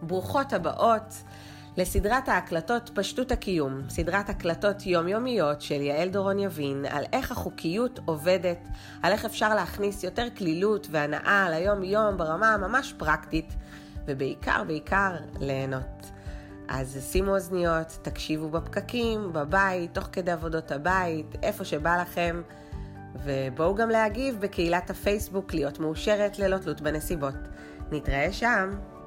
ברוכות הבאות לסדרת ההקלטות פשטות הקיום, סדרת הקלטות יומיומיות של יעל דורון יבין על איך החוקיות עובדת, על איך אפשר להכניס יותר כלילות והנאה ליום יום ברמה ממש פרקטית, ובעיקר ליהנות. אז שימו אוזניות, תקשיבו בפקקים, בבית, תוך כדי עבודות הבית, איפה שבא לכם, ובואו גם להגיב בקהילת הפייסבוק להיות מאושרת ללא תלות בנסיבות. נתראה שם.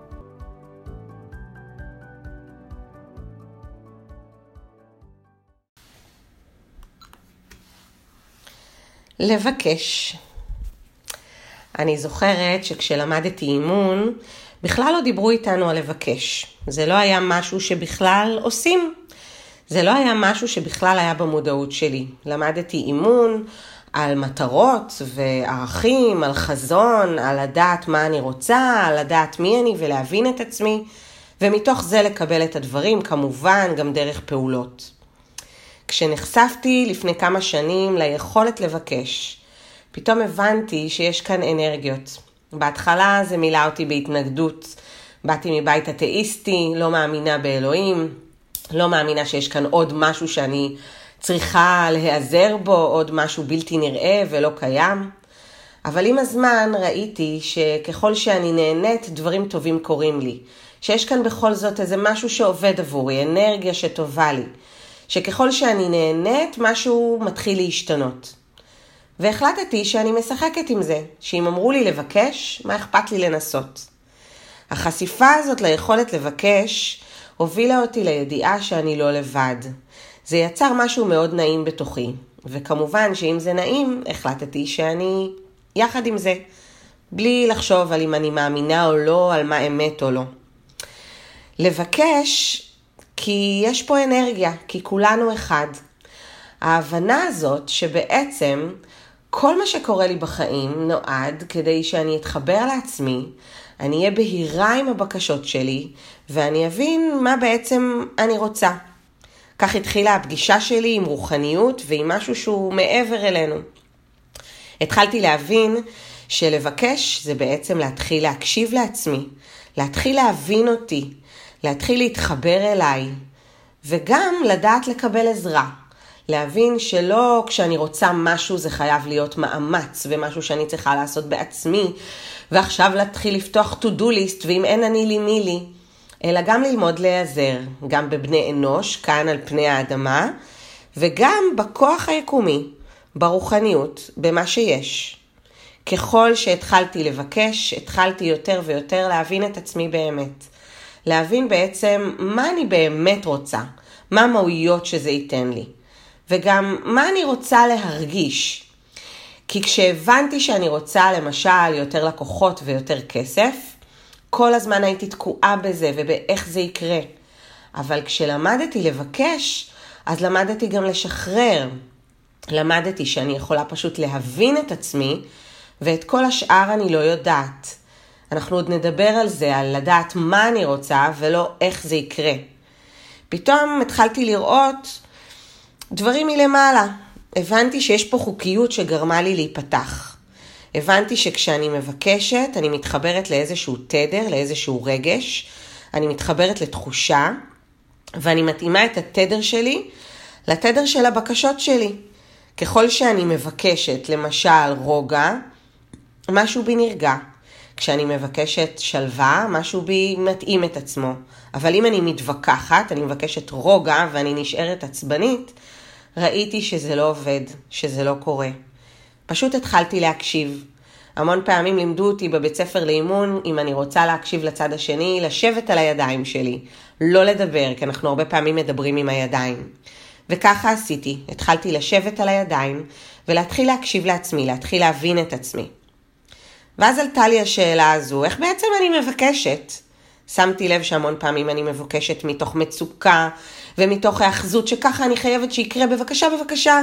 לבקש. אני זוכרת שכשלמדתי אימון, בכלל לא דיברו איתנו על לבקש. זה לא היה משהו שבכלל עושים. זה לא היה משהו שבכלל היה במודעות שלי. למדתי אימון על מטרות וערכים, על חזון, על לדעת מה אני רוצה, על לדעת מי אני ולהבין את עצמי, ומתוך זה לקבל את הדברים, כמובן גם דרך פעולות. כשנחשפתי לפני כמה שנים ליכולת לבקש, פתאום הבנתי שיש כאן אנרגיות. בהתחלה זה מילא אותי בהתנגדות. באתי מבית אתאיסטי, לא מאמינה באלוהים, לא מאמינה שיש כאן עוד משהו שאני צריכה להיעזר בו, עוד משהו בלתי נראה ולא קיים. אבל עם הזמן ראיתי שככל שאני נהנית, דברים טובים קורים לי. שיש כאן בכל זאת איזה משהו שעובד עבורי, אנרגיה שטובה לי. שככל שאני נהנית, משהו מתחיל להשתנות. והחלטתי שאני משחקת עם זה, שאם אמרו לי לבקש, מה אכפת לי לנסות? החשיפה הזאת ליכולת לבקש, הובילה אותי לידיעה שאני לא לבד. זה יצר משהו מאוד נעים בתוכי, וכמובן שאם זה נעים, החלטתי שאני יחד עם זה, בלי לחשוב על אם אני מאמינה או לא, על מה אמת או לא. לבקש, כי יש פה אנרגיה, כי כולנו אחד. ההבנה הזאת שבעצם כל מה שקורה לי בחיים נועד כדי שאני אתחבר לעצמי, אני אהיה בהירה עם הבקשות שלי, ואני אבין מה בעצם אני רוצה. כך התחילה הפגישה שלי עם רוחניות ועם משהו שהוא מעבר אלינו. התחלתי להבין שלבקש זה בעצם להתחיל להקשיב לעצמי, להתחיל להבין אותי, להתחיל להתחבר אליי, וגם לדעת לקבל עזרה. להבין שלא כשאני רוצה משהו זה חייב להיות מאמץ, ומשהו שאני צריכה לעשות בעצמי, ועכשיו להתחיל לפתוח to-do list, ואם אין אני לי מי לי, אלא גם ללמוד להיעזר, גם בבני אנוש, כאן על פני האדמה, וגם בכוח היקומי, ברוחניות, במה שיש. ככל שהתחלתי לבקש, התחלתי יותר ויותר להבין את עצמי באמת. להבין בעצם מה אני באמת רוצה, מה המהויות שזה ייתן לי, וגם מה אני רוצה להרגיש. כי כשהבנתי שאני רוצה למשל יותר לקוחות ויותר כסף, כל הזמן הייתי תקועה בזה ובאיך זה יקרה. אבל כשלמדתי לבקש, אז למדתי גם לשחרר. למדתי שאני יכולה פשוט להבין את עצמי, ואת כל השאר אני לא יודעת. אנחנו עוד נדבר על זה, על לדעת מה אני רוצה ולא איך זה יקרה. פתאום התחלתי לראות דברים מלמעלה. הבנתי שיש פה חוקיות שגרמה לי להיפתח. הבנתי שכשאני מבקשת, אני מתחברת לאיזשהו תדר, לאיזשהו רגש, אני מתחברת לתחושה, ואני מתאימה את התדר שלי לתדר של הבקשות שלי. ככל שאני מבקשת, למשל רוגע, משהו בי נרגע. כשאני מבקשת שלווה, משהו בי מתאים את עצמו. אבל אם אני מתווכחת, אני מבקשת רוגע ואני נשארת עצבנית, ראיתי שזה לא עובד, שזה לא קורה. פשוט התחלתי להקשיב. המון פעמים לימדו אותי בבית ספר לאימון, אם אני רוצה להקשיב לצד השני, לשבת על הידיים שלי. לא לדבר, כי אנחנו הרבה פעמים מדברים עם הידיים. וככה עשיתי. התחלתי לשבת על הידיים, ולהתחיל להקשיב לעצמי, להתחיל להבין את עצמי. ואז עלתה לי השאלה הזו, איך בעצם אני מבקשת? שמתי לב שהמון פעמים אני מבקשת מתוך מצוקה, ומתוך האחזות שככה אני חייבת שיקרה, בבקשה.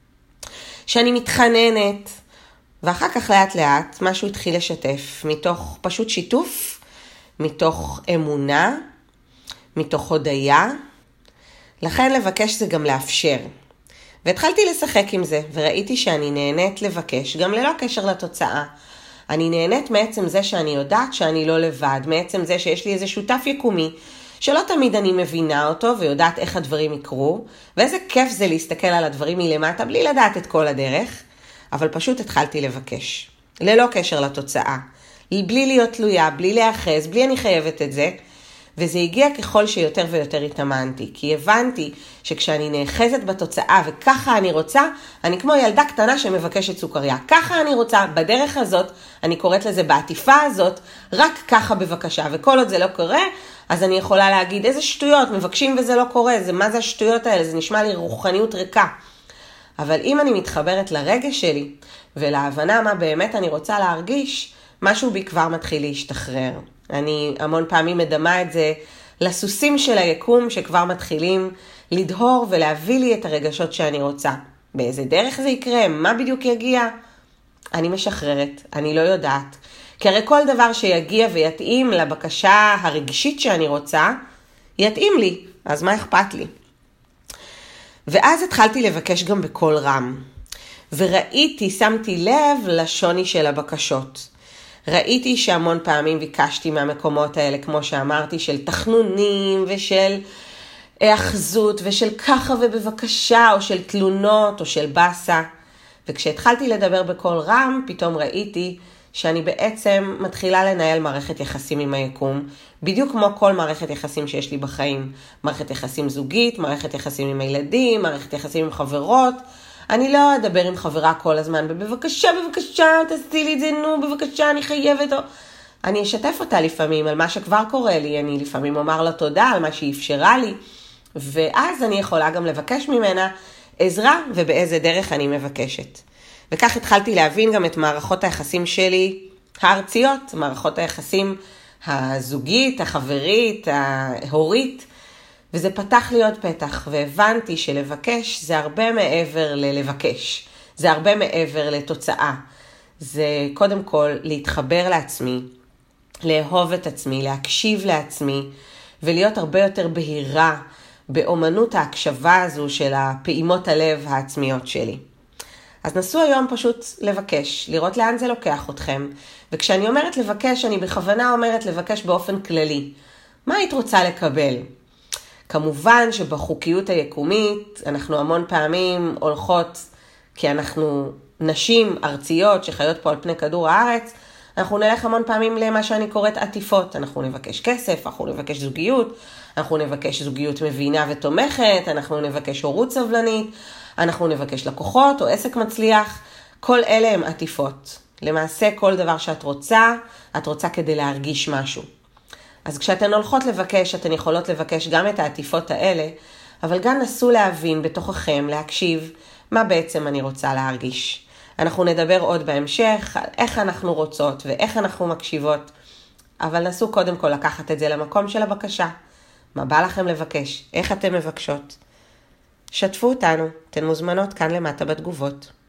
שאני מתחננת. ואחר כך לאט לאט משהו התחיל לשתף, מתוך פשוט שיתוף, מתוך אמונה, מתוך הודיה. לכן לבקש זה גם לאפשר. והתחלתי לשחק עם זה, וראיתי שאני נהנית לבקש, גם ללא קשר לתוצאה. אני נהנית מעצם זה שאני יודעת שאני לא לבד, מעצם זה שיש לי איזה שותף יקומי, שלא תמיד אני מבינה אותו ויודעת איך הדברים יקרו, ואיזה כיף זה להסתכל על הדברים מלמטה בלי לדעת את כל הדרך, אבל פשוט התחלתי לבקש, ללא קשר לתוצאה, בלי להיות תלויה, בלי להיאחז, בלי אני חייבת את זה, וזה הגיע ככל שיותר ויותר התאמנתי, כי הבנתי שכשאני נאחזת בתוצאה וככה אני רוצה, אני כמו ילדה קטנה שמבקשת סוכריה. ככה אני רוצה, בדרך הזאת, אני קוראת לזה בעטיפה הזאת, רק ככה בבקשה. וכל עוד זה לא קורה, אז אני יכולה להגיד איזה שטויות, מבקשים וזה לא קורה, מה זה השטויות האלה? זה נשמע לי רוחניות ריקה. אבל אם אני מתחברת לרגש שלי ולהבנה מה באמת אני רוצה להרגיש, משהו בי כבר מתחיל להשתחרר. אני המון פעמים מדמה את זה לסוסים של היקום שכבר מתחילים לדהור ולהביא לי את הרגשות שאני רוצה. באיזה דרך זה יקרה? מה בדיוק יגיע? אני משחררת, אני לא יודעת. כי הרי כל דבר שיגיע ויתאים לבקשה הרגשית שאני רוצה, יתאים לי, אז מה אכפת לי? ואז התחלתי לבקש גם בקול רם. וראיתי, שמתי לב לשוני של הבקשות. ראיתי שהמון פעמים ביקשתי מהמקומות האלה, כמו שאמרתי, של תחנונים ושל אחזות ושל ככה ובבקשה, או של תלונות או של בסה. וכשהתחלתי לדבר בקול רם, פתאום ראיתי שאני בעצם מתחילה לנהל מערכת יחסים עם היקום, בדיוק כמו כל מערכת יחסים שיש לי בחיים. מערכת יחסים זוגית, מערכת יחסים עם הילדים, מערכת יחסים עם חברות. אני לא אדבר עם חברה כל הזמן, בבקשה, תעשי לי את זה, נו, בבקשה, אני חייבת. אני אשתף אותה לפעמים על מה שכבר קורה לי, אני לפעמים אומר לה תודה על מה שהיא אפשרה לי, ואז אני יכולה גם לבקש ממנה עזרה ובאיזה דרך אני מבקשת. וכך התחלתי להבין גם את מערכות היחסים שלי הארציות, מערכות היחסים הזוגית, החברית, ההורית, וזה פתח לי עוד פתח, והבנתי שלבקש זה הרבה מעבר ללבקש. זה הרבה מעבר לתוצאה. זה קודם כל להתחבר לעצמי, לאהוב את עצמי, להקשיב לעצמי, ולהיות הרבה יותר בהירה באומנות ההקשבה הזו של הפעימות הלב העצמיות שלי. אז נסו היום פשוט לבקש, לראות לאן זה לוקח אתכם. וכשאני אומרת לבקש, אני בכוונה אומרת לבקש באופן כללי. מה היית רוצה לקבל? כמובן שבחוקיות היקומית אנחנו המון פעמים הולכות, כי אנחנו נשים ארציות שחיות פה על פני כדור הארץ, אנחנו נלך המון פעמים למה שאני קוראת עטיפות. אנחנו נבקש כסף, אנחנו נבקש זוגיות, אנחנו נבקש זוגיות מבינה ותומכת, אנחנו נבקש הורות סבלנית, אנחנו נבקש לקוחות או עסק מצליח. כל אלה הם עטיפות. למעשה כל דבר שאת רוצה, את רוצה כדי להרגיש משהו. אז כשאתן הולכות לבקש, אתן יכולות לבקש גם את העטיפות האלה, אבל גם נסו להבין בתוככם, להקשיב, מה בעצם אני רוצה להרגיש. אנחנו נדבר עוד בהמשך על איך אנחנו רוצות ואיך אנחנו מקשיבות, אבל נסו קודם כל לקחת את זה למקום של הבקשה. מה בא לכם לבקש? איך אתן מבקשות? שתפו אותנו, אתן מוזמנות כאן למטה בתגובות.